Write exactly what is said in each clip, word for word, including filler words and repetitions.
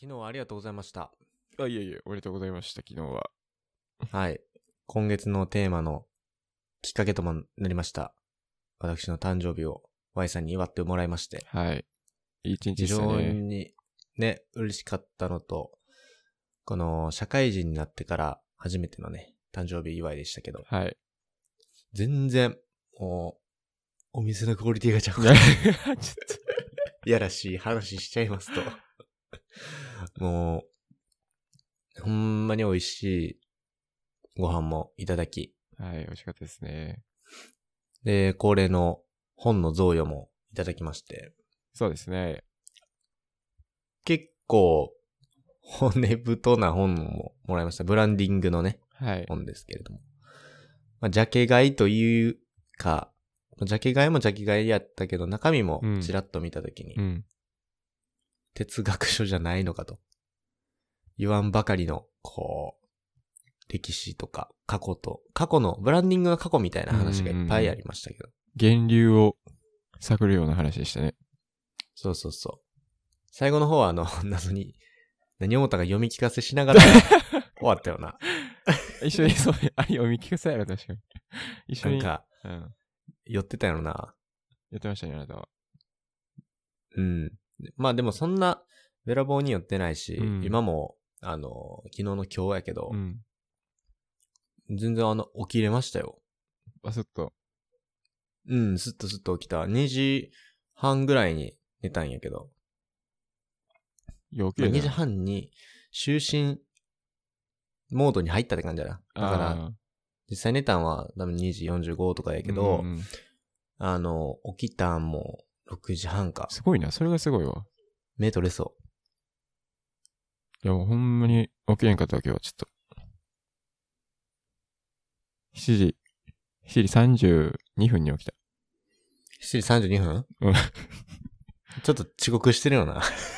昨日はありがとうございました。 あ、いえいえ、おめでとうございました、昨日は。 はい。今月のテーマのきっかけともなりました。私の誕生日を Y さんに祝ってもらいまして。 はい。いい一日非でしたね。 常にね、嬉しかったのと、この社会人になってから初めてのね、誕生日祝いでしたけど。 はい。 全然、もう、お店のクオリティがちゃう。 ちょっいやらしい話しちゃいますと。もう、ほんまに美味しいご飯もいただき。 はい、美味しかったですね。 で、恒例の本の贈与もいただきまして。 そうですね。 結構、骨太な本ももらいました。ブランディングのね、 はい。 本ですけれども。まあ、ジャケ買いというか、ジャケ買いもジャケ買いやったけど、中身もちらっと見たときに、 うん、 哲学書じゃないのかと。言わんばかりの、こう、歴史とか過去と、過去の、ブランディングの過去みたいな話がいっぱいありましたけど。 源流を探るような話でしたね。 そうそうそう。最後の方はあの、謎に、何を思ったか読み聞かせしながら終わったよな。 一緒にそうね、あ、読み聞かせやろ、確かに。一緒に。 なんか、 うん。 寄ってたよな。 やってましたね、あなたは。 うん。まあでもそんな、べらぼうに寄ってないし、 うん、 今も、あの、昨日の今日やけど、 うん。 全然あの、起きれましたよ。 バスッと。 うん、すっとすっと起きた。にじはんぐらいに寝たんやけど。 よくまあ、にじはんに就寝モードに入ったって感じだな。だから、実際寝たんは多分にじよんじゅうごとかやけど、 うんうん、 あの、起きたんもろくじはんか。 すごいな、それがすごいわ。 目取れそう。 いや、もうほんまに起きれんかったわけは、ちょっと。しちじ、しちじさんじゅうにふんに起きた。 しちじさんじゅうにふん？ うん。 ちょっと遅刻してるよな。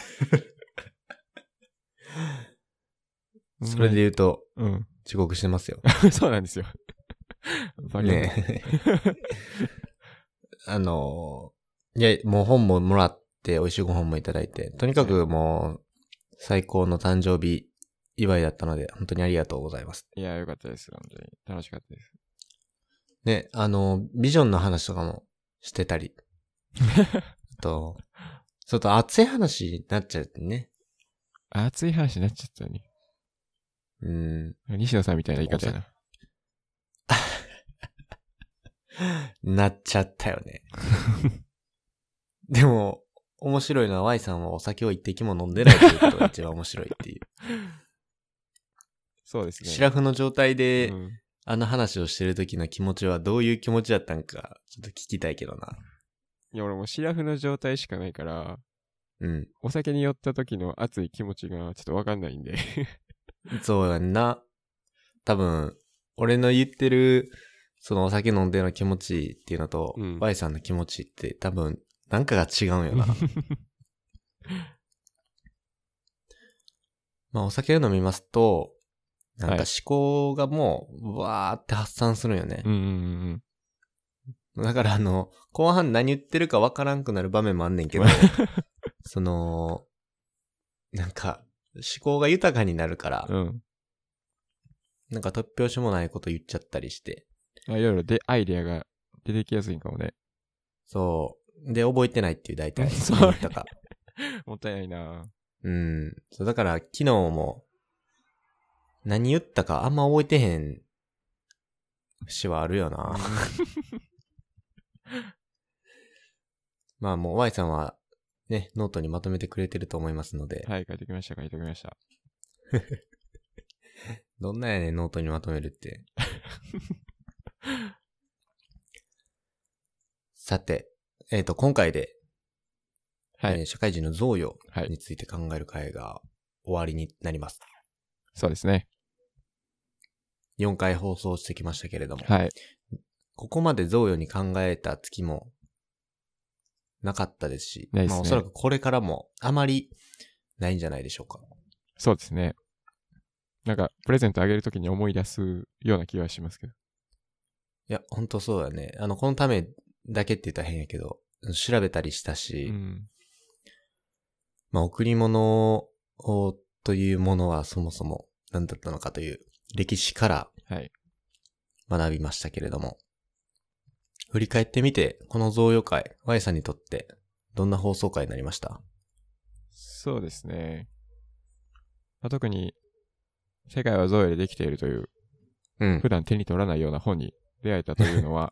それで言うと、 うん。 遅刻してますよ。 そうなんですよ。バリねあのー、いや、もう本ももらって、美味しいご飯もいただいて、とにかくもう、最高の誕生日祝いだったので、本当にありがとうございます。 いや、よかったです。本当に。楽しかったです。 ね、あの、ビジョンの話とかもしてたり。あと、ちょっと熱い話になっちゃってね。 熱い話になっちゃったのに。 うん。 西野さんみたいな言い方やな。 なっちゃったよね。でも、面白いのは Y さんはお酒を一滴も飲んでないということが一番面白いっていう。 そうですね。 シラフの状態で、 うん、 あの話をしてる時の気持ちはどういう気持ちだったんか、ちょっと聞きたいけどな。 いや、俺もうシラフの状態しかないから、 うん。 お酒に酔った時の熱い気持ちがちょっとわかんないんで。 そうやんな。多分、俺の言ってる、そのお酒飲んでの気持ちっていうのと、 うん、 Y さんの気持ちって多分、なんかが違うんよな。まあお酒を飲みますと、なんか思考がもう、わーって発散するんよね。 うんうんうん、だからあの、後半何言ってるかわからんくなる場面もあんねんけど、その、なんか、思考が豊かになるから、 うん、 なんか突拍子もないこと言っちゃったりして。 あ、いろいろで、アイデアが出てきやすいんかもね。 そう。で、覚えてないっていう大体。 そう何言ったか。 もったいないな。 うん。そう、だから昨日も、何言ったかあんま覚えてへん節はあるよな。まあもう Y さんはね、ノートにまとめてくれてると思いますので。 はい、書いてきました、書いてきました。 どんなやねん、ノートにまとめるって。さて、えっと、今回で、 はい、 えー社会人の贈与について考える会が終わりになります。 そうですね。 よんかい放送してきましたけれども。 はい。 ここまで贈与に考えた月もなかったですし、 ないですね。 まあおそらくこれからもあまりないんじゃないでしょうか。 そうですね。なんか、プレゼントあげるときに思い出すような気がしますけど。 いや、ほんとそうだね。あの、このためだけって言ったら変やけど、調べたりしたし、 うん、 まあ、贈り物というものはそもそも何だったのかという歴史からはい。 学びましたけれども、振り返ってみて、この贈与会、Y さんにとってどんな放送会になりました？ そうですね。まあ、特に、世界は贈与でできているという、 うん。 普段手に取らないような本に出会えたというのは、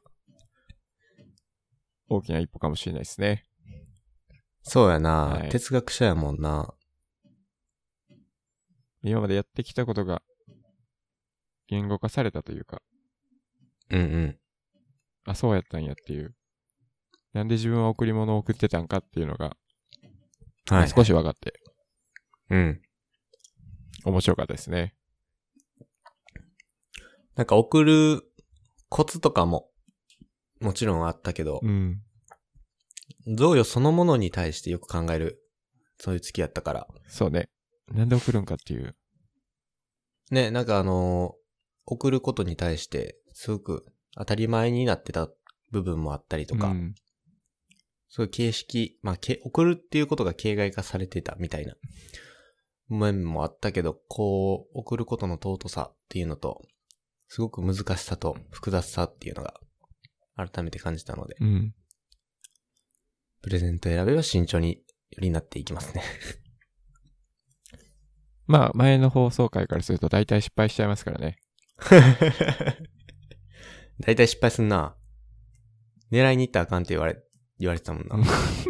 大きな一歩かもしれないですね。 そうやな、 はい哲学者やもんな。 今までやってきたことが、言語化されたというか、 うんうん。 あ、そうやったんやっていう。なんで自分は贈り物を送ってたんかっていうのが、まはい。 あ少し分かって、 うん。 面白かったですね。 なんか送るコツとかも、もちろんあったけど、 うん。 贈与そのものに対してよく考える、そういう月やったから。 そうね。なんで送るんかっていう。 ね、なんかあのー送ることに対して、すごく当たり前になってた部分もあったりとか、 うん。 そういう形式、まあ、け送るっていうことが形骸化されてたみたいな面もあったけど、こう、送ることの尊さっていうのと、すごく難しさと複雑さっていうのが、改めて感じたので、 うん。 プレゼント選べば慎重によりになっていきますね。 まあ、前の放送回からすると大体失敗しちゃいますからね。 大体失敗すんな。狙いに行ったらあかんって言われ、言われてたもんな。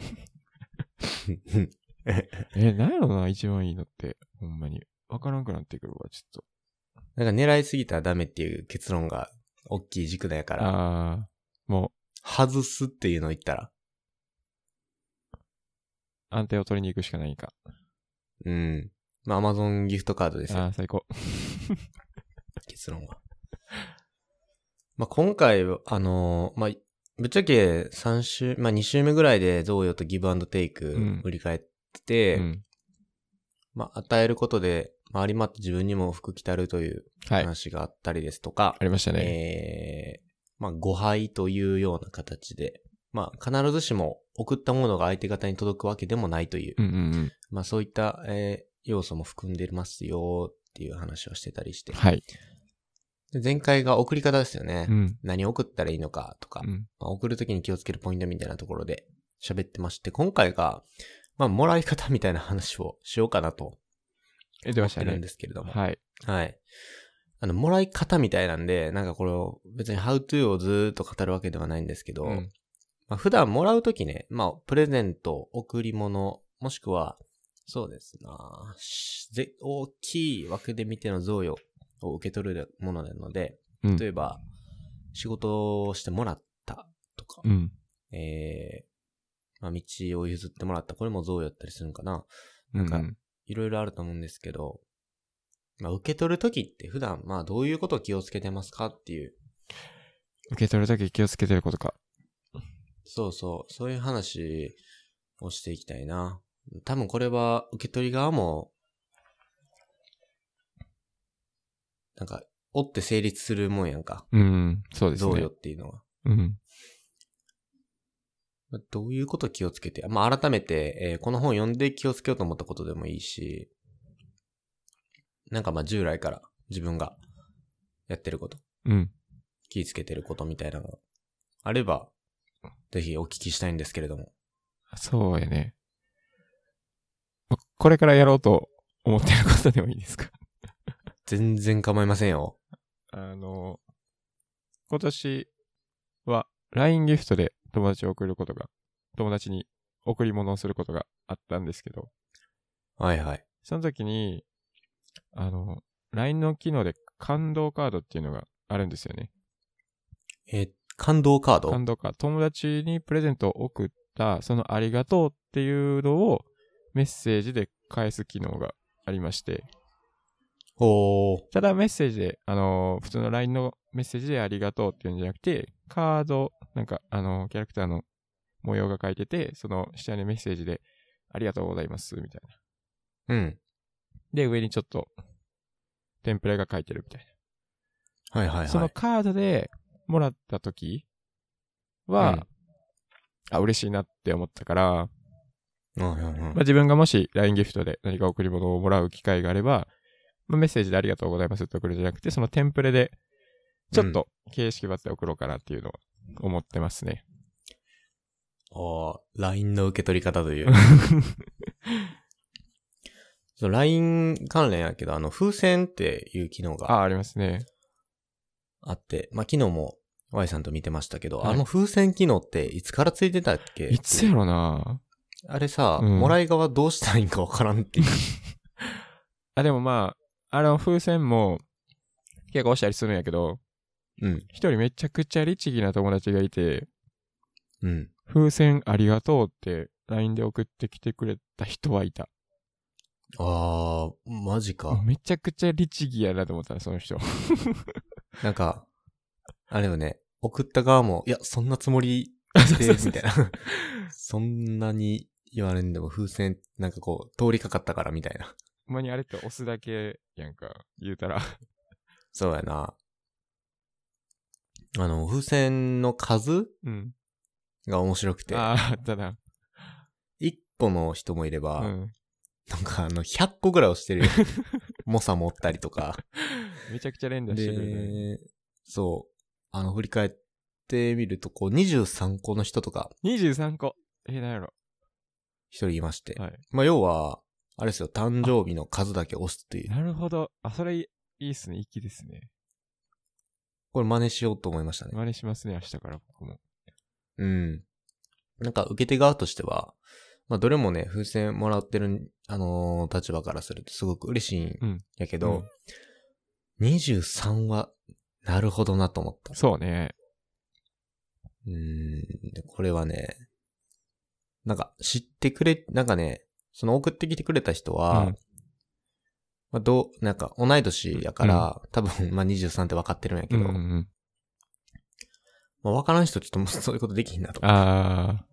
え、なんやろな、一番いいのって。ほんまに。わからんくなってくるわ、ちょっなんか狙いすぎたらダメっていう結論が大きい軸だやかと。 ら、 ああ、も外すっていうのを言ったら、 う、安定を取りに行くしかないんか。 うん。まあ、アマゾンギフトカードですよ。 ああ、最高。 結論は。まあ、今回、あのーまあ、ぶっちゃけさん週、まあ、に週目ぐらいで贈与とギブアンドテイクうん振り返ってて、 うん。 まあ、与えることで、回り回って自分にも福来たるというはい。 話があったりですとか、 ありましたね。 えー、まあ、ご拝というような形で、まあ、必ずしも送ったものが相手方に届くわけでもないという、 うんうんうん。 まあ、そういった、えー、要素も含んでますよっていう話をしてたりして、 はい。 で前回が送り方ですよね。 うん。 何を送ったらいいのかとか、 うん。 まあ、送るときに気をつけるポイントみたいなところで喋ってまして、今回が、まあ、もらい方みたいな話をしようかなとえ、出ましてたね思っるんで。すけれども。 はい。 はい。あの、もらい方みたいなんで、なんかこれを別に How to をずーっと語るわけではないんですけど、 うん。 まあ、普段もらうときね、まあ、プレゼント、贈り物、もしくは、そうですなしぜ大きい枠で見ての贈与を受け取るものなので、 うん。 例えば、仕事をしてもらったとか、 うん。 えー、まあ、道を譲ってもらった。これも贈与だったりするんかな。 ななんか、いろいろあると思うんですけど、まあ、受け取るときって普段、まあ、どういうことを気をつけてますかっていう。 受け取るとき気をつけてることか。 そうそう、そういう話をしていきたいな。多分これは受け取り側も、なんか、追って成立するもんやんか。 うん。そうですね贈与。っていうのは。 うん。 どういうこと気をつけて、まあ、改めて、えーこの本読んで気をつけようと思ったことでもいいし、なんかまあ従来から自分がやってること、 うん。 気をつけてることみたいなのがあれば、ぜひお聞きしたいんですけれども。 そうやね。まこれからやろうと思ってることでもいいですか？ 全然構いませんよ。 あの、今年は ライン ギフトで友達を送ることが、友達に贈り物をすることがあったんですけど、 はいはい。 その時に、あの、ライン の機能で感動カードっていうのがあるんですよね。 えー感動カード感動カード。友達にプレゼントを送った、そのありがとうっていうのをメッセージで返す機能がありまして、 ほー。 ただメッセージで、あのー普通の ライン のメッセージでありがとうっていうんじゃなくて、カード、なんか、あのーキャラクターの模様が書いてて、その下にメッセージで、ありがとうございます、みたいな。 うん。 で、上にちょっと、テンプレが書いてるみたいはいはいはい。 な。そのカードでもらった時は、 うんあ、嬉しいなって思ったから、 うんうんうんまあ、自分がもし ライン ギフトで何か贈り物をもらう機会があれば、まあ、メッセージでありがとうございますって送るんじゃなくて、そのテンプレで、ちょっと形式ばって送ろうかなっていうのを思ってますね。 ああ、ライン の受け取り方という。そう ライン 関連やけど、あの、風船っていう機能がああ、ありますね。 あって、まあ、昨日も Y さんと見てましたけど、 はいあの風船機能っていつからついてたっけ？ いつやろな。 あれさ、 うんもらい側どうしたらいいんかわからんっていう。 あ、でもまあ、あの風船も結構押したりするんやけど、 うん。 一人めちゃくちゃ律儀な友達がいて、 うん。 風船ありがとうって ライン で送ってきてくれた人はいた。 あー、マジか。 めちゃくちゃ律儀やなと思ったその人。 なんか、あれよね、送った側も、いや、そんなつもりで、みたいな。そんなに言われんでも風船、なんかこう、通りかかったからみたいな。 ほんまにあれって押すだけやんか、言うたら。 そうやな。あの、風船の数うん。 が面白くて、 ああ、あったな。 一個の人もいれば、 うん。 なんかあの、ひゃっこぐらい押してるよ。猛者持ったりとか。 めちゃくちゃ連打してくるね。 で、そう。あの、振り返ってみると、こう、にじゅうさんこの人とか、 にじゅうさんこ。えー、なんやろ。 一人いまして。 はい。 まあ、要は、あれですよ、誕生日の数だけ押すっていう。 なるほど。あ、それいいっすね。粋ですね。 これ真似しようと思いましたね。 真似しますね、明日から僕も。 うん。なんか、受け手側としては、まあ、どれもね、風船もらってる、あのー立場からするとすごく嬉しいんやけど、うん、にじゅうさんは、なるほどなと思った。 そうね。 うーん、これはね、なんか、知ってくれ、なんかね、その送ってきてくれた人は、うんまあ、どう、なんか、同い年やから、うん、多分、まあ、にじゅうさんって分かってるんやけど、うんうんうんまあ、分からん人ちょっとそういうことできひんなと思って。 ああ。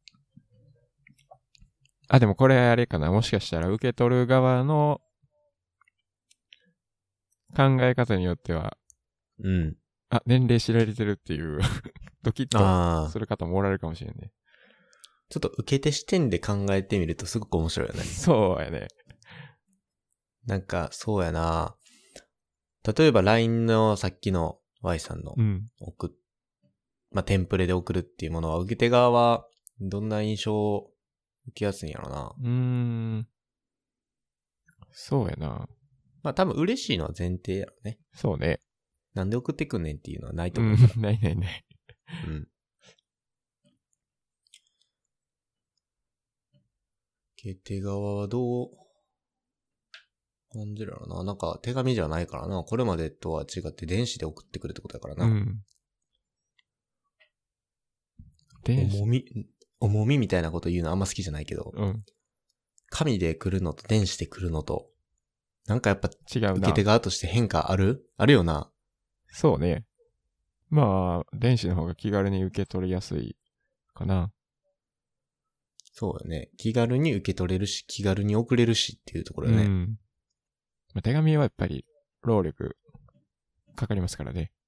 あ、でもこれあれかな。もしかしたら受け取る側の考え方によっては、 うん。 あ、年齢知られてるっていうドキッとする方もおられるかもしれんね。 ちょっと受け手視点で考えてみるとすごく面白いよね。 そうやね。 なんか、そうやな。例えば ライン のさっきの Y さんの送っ、うん、まあ、テンプレで送るっていうものは、受け手側はどんな印象を受けやすいんやろな。 うーん。そうやな。 まあ多分嬉しいのは前提やろね。 そうね。 なんで送ってくんねんっていうのはないと思うから。 うん、ないないない。 うん。受け手側はどう感じるやろな。なんか手紙じゃないからな。これまでとは違って電子で送ってくるってことやからな。 うん。 電子重み、重みみたいなこと言うのあんま好きじゃないけど。 うん。 紙で来るのと電子で来るのと、なんかやっぱ違うな。 受け手側として変化あるあるよな。 そうね。まあ、電子の方が気軽に受け取りやすいかな。 そうよね。気軽に受け取れるし、気軽に送れるしっていうところよね。 うん。まあ、手紙はやっぱり労力かかりますからね。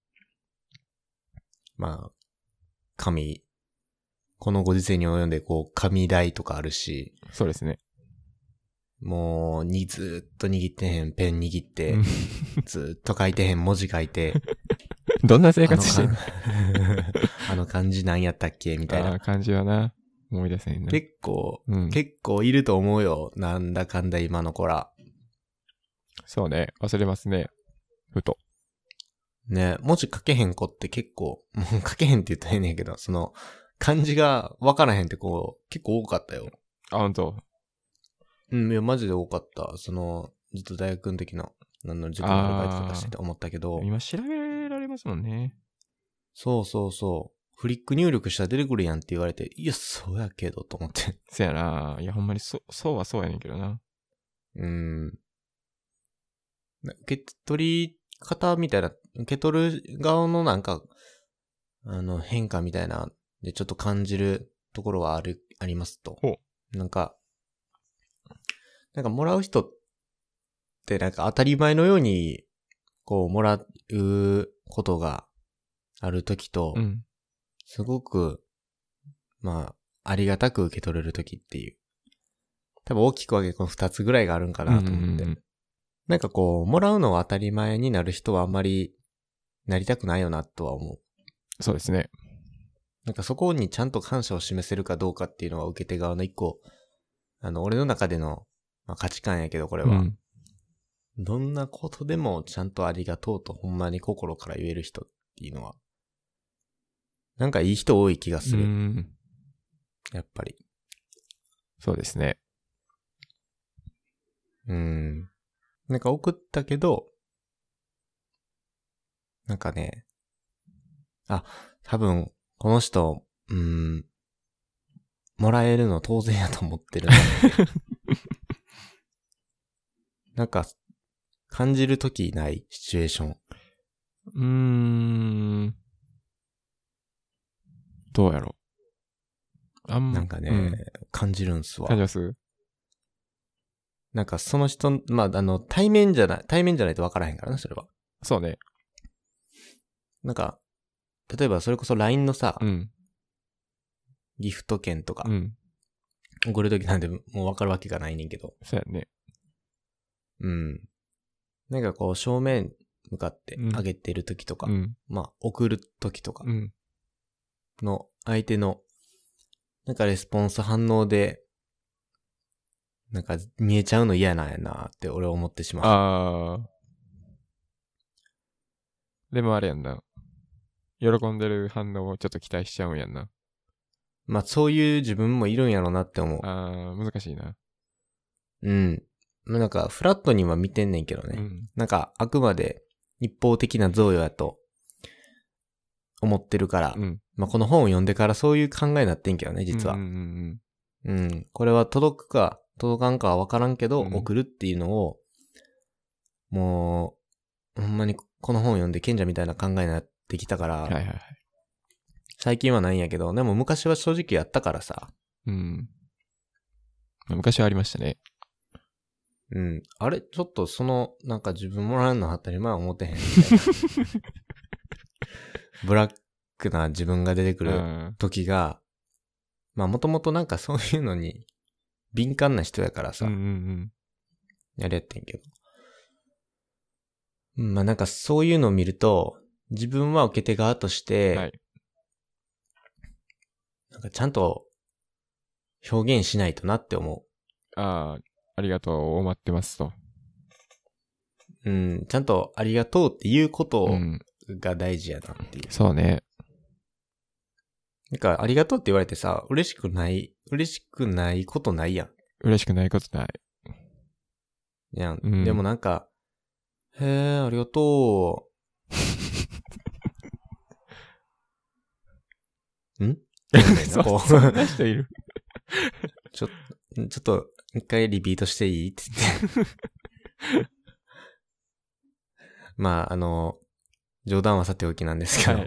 まあ、紙、このご時世に及んでこう、紙代とかあるし。 そうですね。 もう、にずっと握ってへん、ペン握って、ずっと書いてへん、文字書いて。 どんな生活してんのあの漢字なんやったっけみたいな。 あ漢字はな、思い出せへんな。 結構、 うん、 結構いると思うよ。なんだかんだ今の子ら。 そうね、忘れますね。ふと。 ね、文字書けへん子って結構、もう書けへんって言ったら変ねんけど、その、漢字がわからへんって子、結構多かったよ。 あ、ほんと。 うん、いや、マジで多かった。その、ずっと大学の時の、あの、塾のアルバイトとかしてて思ったけど。 今調べられますもんね。 そうそうそう。フリック入力したら出てくるやんって言われて、いや、そうやけど、と思って。 そやな。いや、ほんまにそ、そうはそうやねんけどな。 うーん。受け取り方みたいな、受け取る側のなんか、あの、変化みたいな、でちょっと感じるところはある、ありますと。なんか、なんかもらう人ってなんか当たり前のように、こう、もらうことがあるときと、 うん、 すごく、まあ、ありがたく受け取れるときっていう。 多分大きく分けこの二つぐらいがあるんかなと思って。 うんうんうん、 なんかこう、もらうのは当たり前になる人はあんまりなりたくないよなとは思う。 そうですね。 なんかそこにちゃんと感謝を示せるかどうかっていうのは受け手側の一個、あの、俺の中での、まあ、価値観やけどこれは、うん、どんなことでもちゃんとありがとうとほんまに心から言える人っていうのは、なんかいい人多い気がする。うん、やっぱり。 そうですね。 うん。なんか送ったけど、なんかね、あ、多分、この人、うーん、もらえるの当然やと思ってるなって。なんか、感じるときないシチュエーション。 うーん。どうやろう。あんなんかね、うん、感じるんすわ。 感じます？ なんかその人、まあ、あの、対面じゃない、対面じゃないと分からへんからね、それは。 そうね。 なんか、例えばそれこそ ライン のさ、 うん、 ギフト券とか、 うん、 送るときなんでもう分かるわけがないねんけど。 そうやね。 うん。なんかこう正面向かって上げてるときとか、うん、まあ送るときとかの相手のなんかレスポンス反応でなんか見えちゃうの嫌なんやなって俺は思ってしまう。 ああ。でもあれやんな。喜んでる反応をちょっと期待しちゃうんやんな。 まあそういう自分もいるんやろうなって思う。 ああ、難しいな。 うん。なんかフラットには見てんねんけどね。うん、なんかあくまで一方的な贈与やと思ってるから、うん、まあこの本を読んでからそういう考えになってんけどね、実は。うん、うんうん、これは届くか届かんかは分からんけど、うん、送るっていうのを、もう、ほんまにこの本を読んで賢者みたいな考えになってきたから、はいはいはい、最近はないんやけど、でも昔は正直やったからさ。 うん。昔はありましたね。 うん。あれちょっとその、なんか自分もらえるの当たり前は思ってへんみたいな。ブラックな自分が出てくる時が、まあもともとなんかそういうのに敏感な人やからさ、うんうんうん、やれやってんけど。まあなんかそういうのを見ると、自分は受け手側として、はい、なんかちゃんと表現しないとなって思う。ああ、ありがとう、思ってますと。 うん、ちゃんとありがとうっていうことが大事やなっていう。 うん、そうね。 なんかありがとうって言われてさ、嬉しくない、嬉しくないことないやん。 嬉しくないことない。 いやん。うん、でもなんか、へえ、ありがとう。んそ, そんな人いるちょ、ちょっと、一回リピートしていいって言って。まあ、あの、冗談はさておきなんですけど。はい、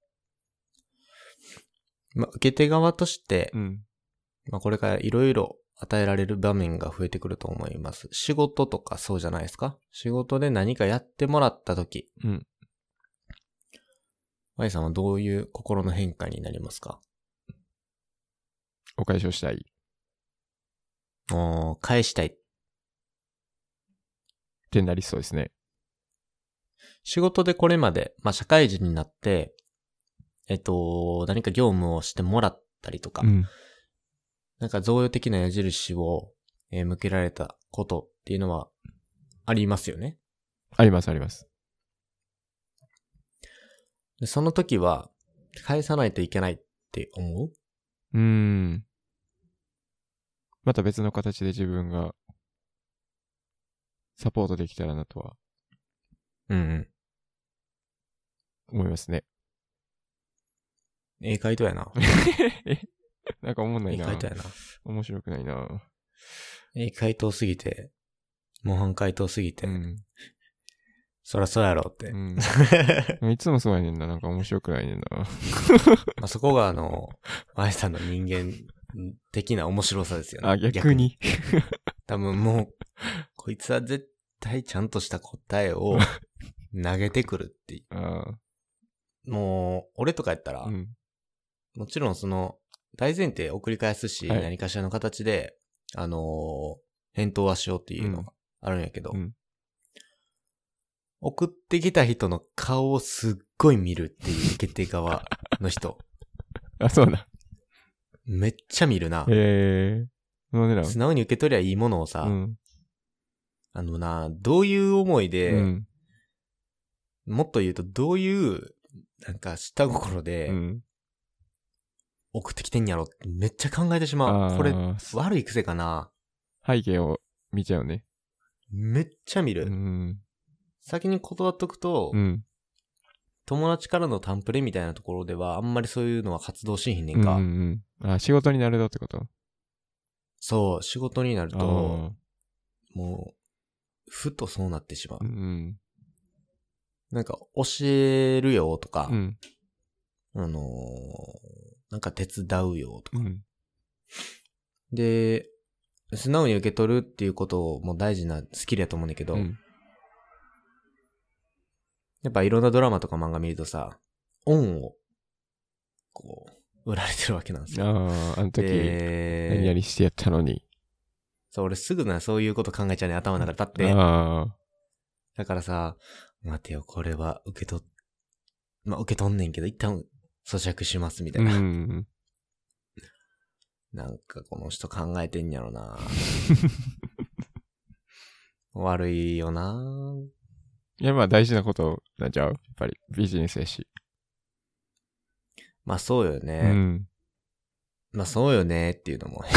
まあ、受け手側として、うん、まあ、これからいろいろ与えられる場面が増えてくると思います。仕事とかそうじゃないですか？仕事で何かやってもらったとき。うん。Y さんはどういう心の変化になりますか？ お返しをしたい。 おー、返したい。 ってなりそうですね。 仕事でこれまで、まあ、社会人になって、えっと、何か業務をしてもらったりとか、うん、なんか贈与的な矢印を、えー、向けられたことっていうのはありますよね。 ありますあります。 でその時は返さないといけないって思う？ うーん。また別の形で自分がサポートできたらなとは。うんうん。思いますね。 ええ回答やな。 えなんか思んないな。 ええ回答やな。 面白くないな。 ええ回答すぎて、模範回答すぎて。うん。そらそうやろって。 うん。いつもそうやねんな。なんか面白くないねんな。 まあそこがあの、ワイさんの人間的な面白さですよね。 あ、逆に。 逆に多分もう、こいつは絶対ちゃんとした答えを投げてくるっていう。あもう、俺とかやったら、うん、もちろんその、大前提送り返すし、はい、何かしらの形で、 あのー、返答はしようっていうのがあるんやけど、 うん、 送ってきた人の顔をすっごい見るっていう受け手側の人。 あ、そうだ。 めっちゃ見るな。 へえー。なんでなの？ 素直に受け取りゃいいものをさ、 うん、 あのな、どういう思いで、 うん、 もっと言うとどういう、なんか下心うでん。 送ってきてんやろってめっちゃ考えてしまう。 あーこれ悪い癖かな。 背景を見ちゃうね。 めっちゃ見る。 うん、 先に断っとくと、 うん。 友達からのタンプレみたいなところではあんまりそういうのは活動しひんねんか。 うんうんうん。あ、仕事になるぞってこと？ そう、仕事になるあと、 ーもう、ふとそうなってしまう。 うんなんか、教えるよとか、 うん。うん。 あのー、なんか手伝うよとか。 うん。 で、素直に受け取るっていうことも大事なスキルやと思うんだけど、 うん。 やっぱいろんなドラマとか漫画見るとさ、恩を、こう、売られてるわけなんですよ。 ああ、あの時、 で何々してやったのに。 そう、俺すぐな、そういうこと考えちゃうね、頭の中でパッて。 ああ。 だからさ、待てよ、これは受け取っ、まあ、受け取んねんけど、一旦咀嚼しますみたういな。 ん。 なんかこの人考えてんやろな悪いよないや、まあ大事なことなんちゃう？やっぱりビジネスやし。 まあそうよね。 うん。 まあそうよねっていうのも。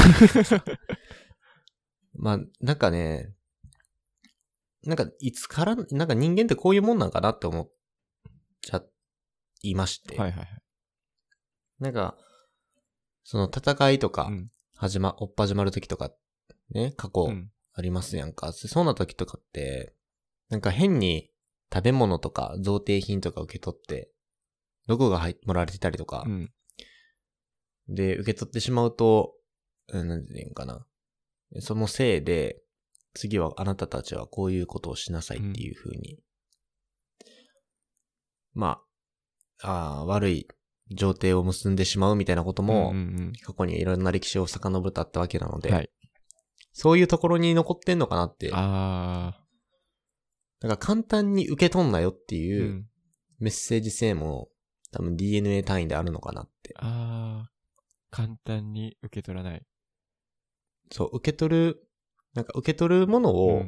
まあなんかね、なんかいつから、なんか人間ってこういうもんなんかなって思っちゃいまして。 はいはいはい。 なんか、その戦いとかう、ん。 始ま、おっ始まる時とか、ね、過去うん。 ありますやんか。そうな時とかって、なんか変に食べ物とか贈呈品とか受け取って、毒が入ってもらわれてたりとか、 うん。 で、受け取ってしまうと、うん、なんて言うんかな。そのせいで、次はあなたたちはこういうことをしなさいっていう風に、まあ、あー悪い情定を結んでしまうみたいなことも、 うんうん過去にいろんな歴史を遡ってあったわけなので、 はい。 そういうところに残ってんのかなって。 ああ。 だから簡単に受け取んなよってう。 いうんメッセージ性も多分 ディーエヌエー 単位であるのかなって。 ああ。簡単に受け取らない。 そう、受け取る、なんか受け取るものうを、 ん。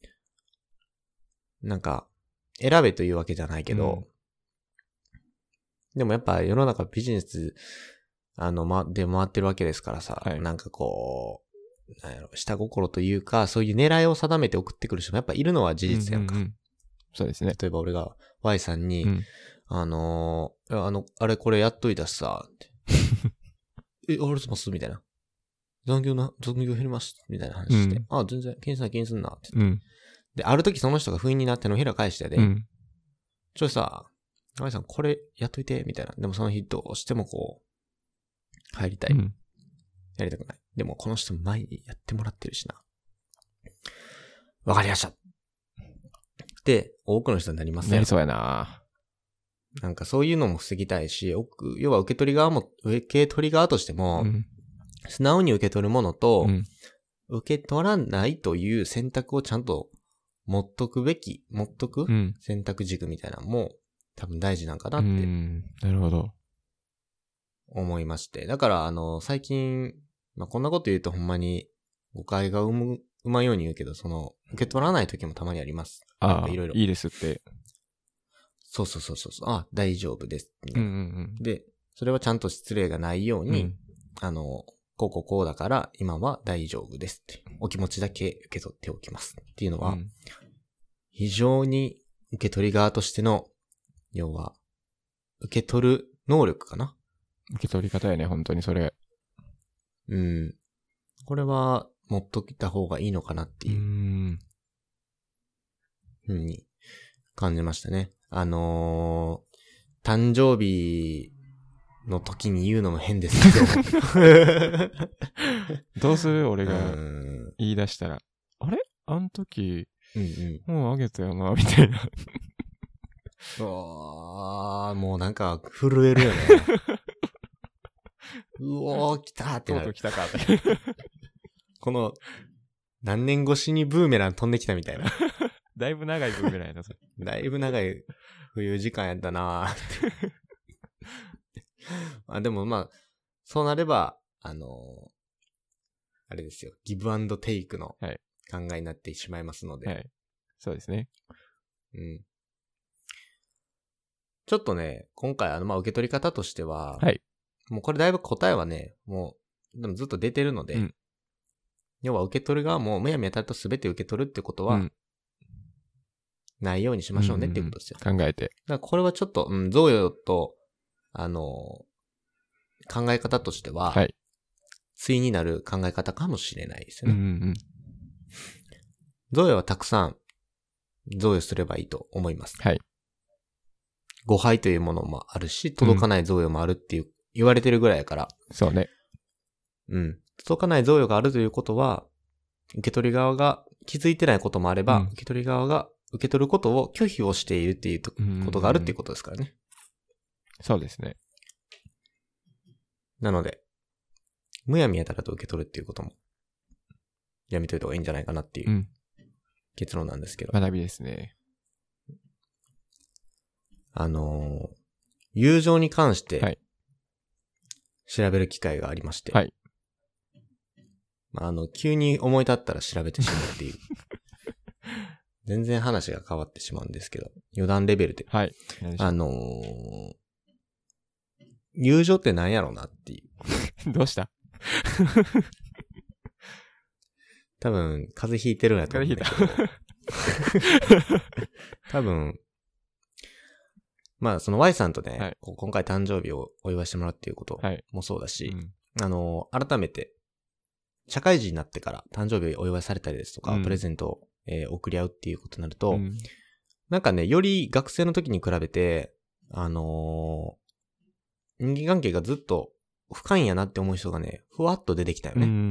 なんか選べというわけじゃないけど、でもやっぱ世の中ビジネス、あの、ま、で回ってるわけですからさ、 はいなんかこう、なんやろ、下心というか、そういう狙いを定めて送ってくる人もやっぱいるのは事実やんか。 うううそうですね。 例えば俺が Y さんに、 うん。 あのー、いやあの、あれこれやっといたしさ、ってえ、ありがとうございますみたいな。残業な、残業減りますみたいな話して。 うんあ、全然気にすんな気にすんなって。 うん。 で、ある時その人が不意になってのひら返してで、 うん。 ちょいさ、Y さんこれやっといて、みたいな。でもその日どうしてもこう、帰りたい。 うん。 やりたくない。でもこの人前にやってもらってるしな。わかりました。で、多くの人になりますよなり。そうやな。 なんかそういうのも防ぎたいし、奥要は受け取り側も、受け取り側としても、 うん。 素直に受け取るものと、 うん。 受け取らないという選択をちゃんと持っとくべき、持っとくうん。 選択軸みたいなのも多分大事なんかなうってん。なるほど。 思いまして。だからあの、最近、まあ、こんなこと言うとほんまに誤解が生む、生まんように言うけど、その、受け取らない時もたまにあります。なんああ、 かいろいろ。 いいですって。 そうそうそうそう。あ、大丈夫です。みたうんいなうんで、それはちゃんと失礼がないよううん。 に、 うんあの、こうこうこうだから今は大丈夫ですって。お気持ちだけ受け取っておきますっていうのは、 うん非常に受け取り側としての、要は、受け取る能力かな。 受け取り方やね、本当にそれ。 うん。これは持っといた方がいいのかなってういうんふうに感じましたね。あのー、誕生日の時に言うのも変ですけど。 どうする俺うがん言い出したら、あれあの時、 うんうん。 もうあげたよな、みたいな。 あー、もうなんか震えるよね。うおー、来たーってなる。 とうとう来たかって。 この、何年越しにブーメラン飛んできたみたいな。 だいぶ長いブーメランやな、それ。 だいぶ長い冬時間やったなぁって。あでもまあ、そうなれば、あのー、あれですよ、ギブアンドテイクの考えになってしまいますので。 はい。はい、そうですね。 うん。ちょっとね、今回あの、まあ、受け取り方としては、 はい。 もうこれだいぶ答えはね、もう、でもずっと出てるので、うん、要は受け取る側もむやみやたらと全て受け取るってことは、うん、ないようにしましょうねっていうことですよ。 うんうんうん、考えて。 だからこれはちょっと、うん、贈与と、あのー、考え方としては、はい。対になる考え方かもしれないですよね。うんうんうん、贈与はたくさん贈与すればいいと思います。はい。誤配というものもあるし、届かない贈与もあるっていう、言われてるぐらいやから。 そうね。 うん。届かない贈与があるということは、受け取り側が気づいてないこともあれば、うん、受け取り側が受け取ることを拒否をしているっていうことがあるっていうことですからね。 そうですね。 なので、むやみやたらと受け取るっていうことも、やめといた方がいいんじゃないかなっていう結論なんですけど。 うん、学びですね。 あのー、友情に関して、調べる機会がありまして。はい。まあ、あの、急に思い立ったら調べてしまうっていう。全然話が変わってしまうんですけど、余談レベルで。はい。あのー、友情って何やろうなっていう。 どうした多分、風邪ひいてるんやと思うんだけど。多分、まあ、その Y さんとね、はい、今回誕生日をお祝いしてもらうっていうこともそうだし、はいうん、あのー、改めて、社会人になってから誕生日をお祝いされたりですとか、うん、プレゼントを、えー、送り合うっていうことになると、うん、なんかね、より学生の時に比べて、あのー、人間関係がずっと深いんやなって思う人がね、ふわっと出てきたよね。うんうんうんうん、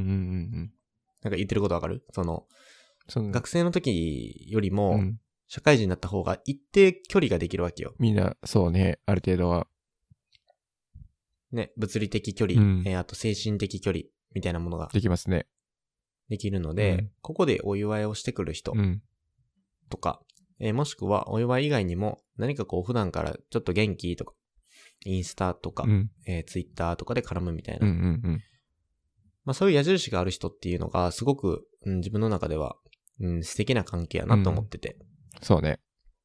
なんか言ってることわかる？その、その学生の時よりも、うん社会人になった方が一定距離ができるわけよ。 みんな、そうね、ある程度は。 ね、物理的距離、うん、えー、あと精神的距離みたいなものが。 できますね。 できるので、うん、ここでお祝いをしてくる人とか、うんえー、もしくはお祝い以外にも何かこう普段からちょっと元気とか、インスタとか、うんえー、ツイッターとかで絡むみたいな。うんうんうんまあ、そういう矢印がある人っていうのがすごく、うん、自分の中では、うん、素敵な関係やなと思ってて。うんそうね。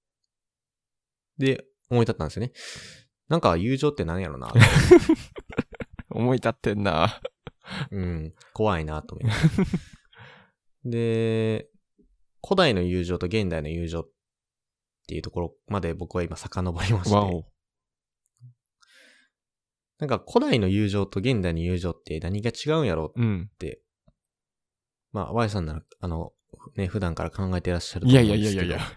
で、思い立ったんですよね。なんか友情って何やろな思い立ってんな。 うん、怖いなと思います。で、古代の友情と現代の友情っていうところまで僕は今遡りまして。わお。なんか古代の友情と現代の友情って何が違うんやろうって、うん、まあ Y さんならあのね普段から考えていらっしゃると思うんですけど。いやいやいやいやい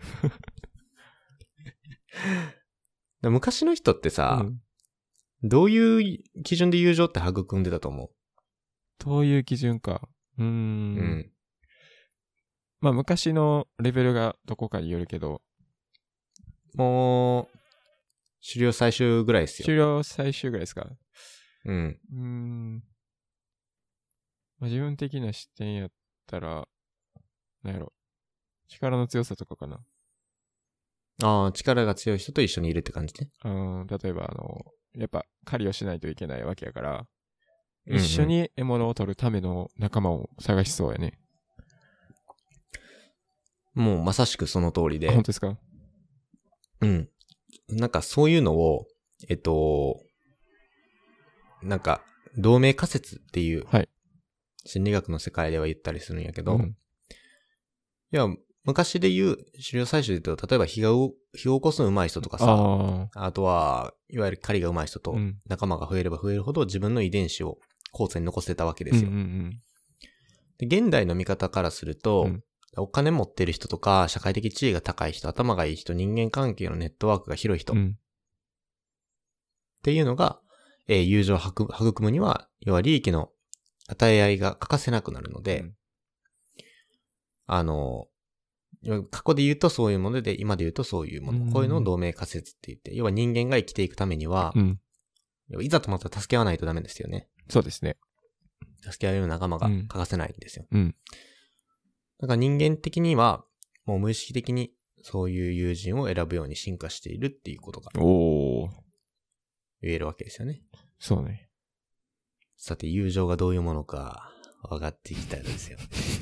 や。昔の人ってさ、うん、どういう基準で友情って育んでたと思う？ どういう基準か。うーん。うん。まあ昔のレベルがどこかによるけど。 もう、狩猟採集ぐらいですよ。 狩猟採集ぐらいですか。 うん。 うーん。まあ、自分的な視点やったら、なんやろ。力の強さとかかな。 ああ、力が強い人と一緒にいるって感じね。 うん、例えばあの、やっぱ狩りをしないといけないわけやから、うんうん、一緒に獲物を取るための仲間を探しそうやね。 もうまさしくその通りで。 本当ですか？ うん。なんかそういうのを、えっと、なんか同盟仮説っていう、はい、心理学の世界では言ったりするんやけど、うん、いや、昔で言う、狩猟採集で言うと、例えば火が、火を起こすの上手い人とかさ、あ, あとは、いわゆる狩りが上手い人と仲間が増えれば増えるほど自分の遺伝子を後世に残せたわけですよ。うんうんうん、で現代の見方からすると、うん、お金持ってる人とか、社会的地位が高い人、頭がいい人、人間関係のネットワークが広い人、うん、っていうのが、えー、友情を育むには、要は利益の与え合いが欠かせなくなるので、うん、あの、過去で言うとそういうもので、今で言うとそういうもの。こういうのを同盟仮説って言って、要は人間が生きていくためには、うん、いざとなったら助け合わないとダメですよね。 そうですね。 助け合える仲間が欠かせないんですよ。 うん。 だから人間的には、もう無意識的にそういう友人を選ぶように進化しているっていうことがおー。 言えるわけですよね。 そうね。 さて、友情がどういうものか分かってきたんですよ。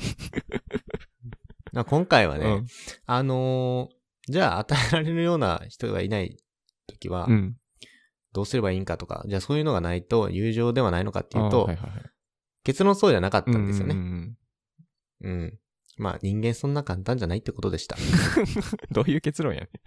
今回はね、 うん、 あのー、じゃあ与えられるような人がいないときは、どうすればいいんかとか、じゃあそういうのがないと友情ではないのかっていうと、 はいはいはい、 結論そうじゃなかったんですよね。 うん、 うん。まあ人間そんな簡単じゃないってことでした。 どういう結論やね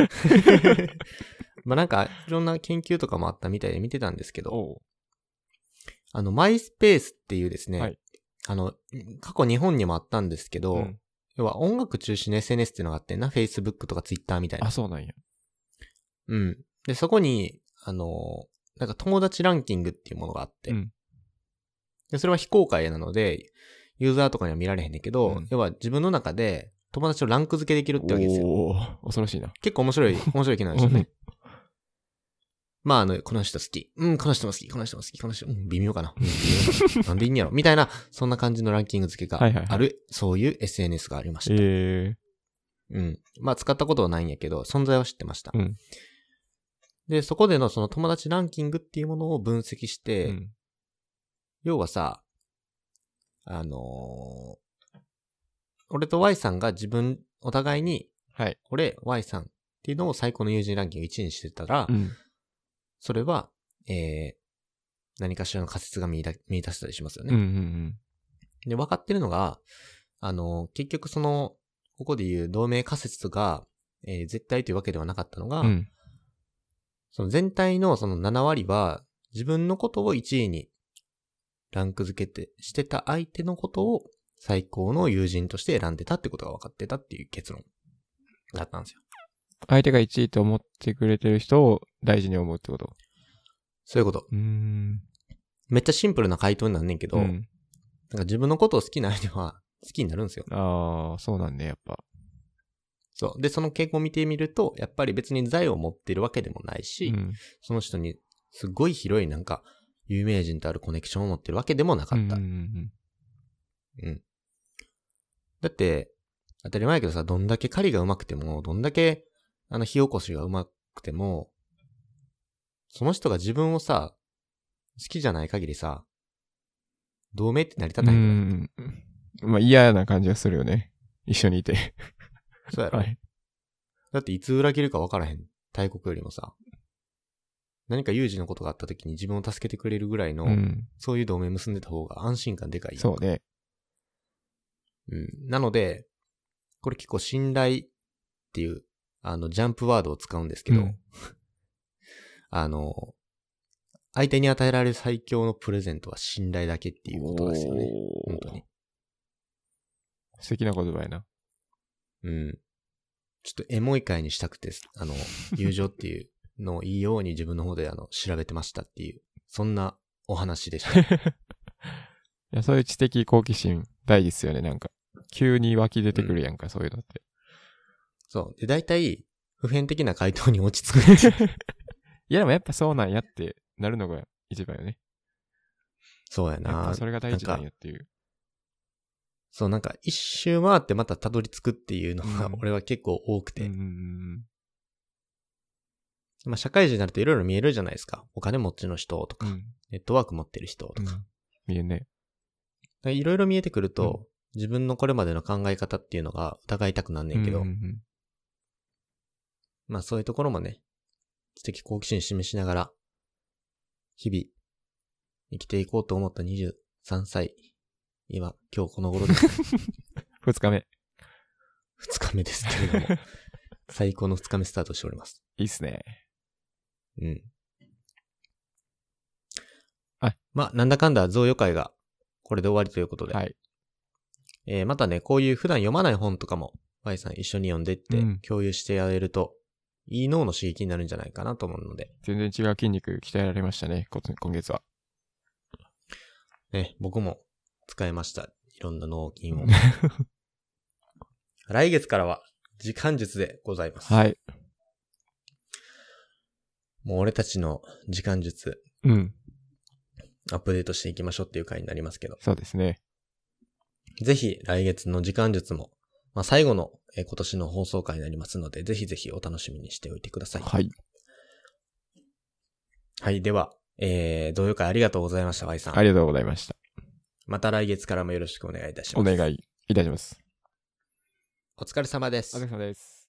まあなんかいろんな研究とかもあったみたいで見てたんですけど、 うあのマイスペースっていうですね、 はい、 あの過去日本にもあったんですけど、うん、要は音楽中心の エスエヌエス っていうのがあってな、Facebook とか Twitter みたいな。 あ、そうなんや。 うん。で、そこに、あの、なんか友達ランキングっていうものがあって、うん、でそれは非公開なので、ユーザーとかには見られへんねんけど、うん、要は自分の中で友達をランク付けできるってわけですよ。 おー、恐ろしいな。 結構面白い、面白い機能ですよね。まあ、あの、この人好き。うん、この人も好き。この人も好き。この人、うん、微妙かな。うん、微妙かな。なんでいいんやろみたいな、そんな感じのランキング付けがある、はいはいはい、そういう エスエヌエス がありました。 えー。 うん。まあ、使ったことはないんやけど、存在は知ってました。 うん、 で、そこでのその友達ランキングっていうものを分析して、うん、要はさ、あのー、俺と Y さんが自分、お互いに、 はい、 俺、Y さんっていうのを最高の友人ランキングいちいにしてたら、 うん、 それは、えー、何かしらの仮説が見出、見出せたりしますよね。 うんうんうん、 で、分かってるのが、あのー、結局その、ここで言う同盟仮説が、えー、絶対というわけではなかったのが、うん、その全体のそのなな割は、自分のことをいちいにランク付けてしてた相手のことを最高の友人として選んでたってことが分かってたっていう結論だったんですよ。 相手がいちいと思ってくれてる人を大事に思うってこと？ そういうこと。 うーん。 めっちゃシンプルな回答になんねんけど、うん、なんか自分のことを好きな相手は好きになるんですよ。 ああ、そうなんね、やっぱ。 そう。で、その傾向を見てみると、やっぱり別に財を持っているわけでもないし、うん、その人にすごい広いなんか、有名人とあるコネクションを持ってるわけでもなかった。うん。うん。だって、当たり前やけどさ、どんだけ狩りが上手くても、どんだけ、あの、火起こしが上手くても、その人が自分をさ、好きじゃない限りさ、同盟って成り立たへんから。 うん。まあ嫌な感じがするよね。一緒にいて。 そうやろ。はい。だっていつ裏切るか分からへん。大国よりもさ。何か有事のことがあった時に自分を助けてくれるぐらいの、うん、そういう同盟結んでた方が安心感でかい。 そうね。 うん。なので、これ結構信頼っていう、あの、ジャンプワードを使うんですけど、うん、あの、相手に与えられる最強のプレゼントは信頼だけっていうことですよね。本当に。 素敵な言葉やな。 うん。ちょっとエモい回にしたくて、あの、友情っていうのをいいように自分の方であの調べてましたっていう、そんなお話でした。 いや、そういう知的好奇心大事ですよね、なんか。急に湧き出てくるやんか、うん、そういうのって。 そう。で、大体、普遍的な回答に落ち着くんですよ。 いや、でもやっぱそうなんやってなるのが一番よね。 そうやな。 やっぱそれが大事なんやっていう。 そう、なんか一周回ってまたたどり着くっていうのが、俺は結構多くて。 うんうんうんまあ、社会人になるといろいろ見えるじゃないですか。お金持ちの人とか、うん、ネットワーク持ってる人とか。うん、 見えね。 いろいろ見えてくると、うん、自分のこれまでの考え方っていうのが疑いたくなんねんけど、うんうんうん、まあそういうところもね、知的好奇心示しながら、日々、生きていこうと思ったにじゅうさんさい。今、今日この頃です。 二日目。 二日目ですけれども、最高の二日目スタートしております。 いいっすね。 うん。あ、まあ、なんだかんだ贈与会が、これで終わりということで。 はい。 えー、またね、こういう普段読まない本とかも、Y さん一緒に読んでって共有してやれると、うん、いい脳の刺激になるんじゃないかなと思うので。 全然違う筋肉鍛えられましたね、今月は。 ね、僕も使いました。いろんな脳筋を。来月からは時間術でございます。 はい。 もう俺たちの時間術。 うん。 アップデートしていきましょうっていう回になりますけど。 そうですね。 ぜひ来月の時間術も、まあ、最後の、えー今年の放送回になりますので、ぜひぜひお楽しみにしておいてください。 はい。 はい。では、えー、同様会ありがとうございました、Y さん。 ありがとうございました。 また来月からもよろしくお願いいたします。 お願いいたします。 お疲れ様です。 お疲れ様です。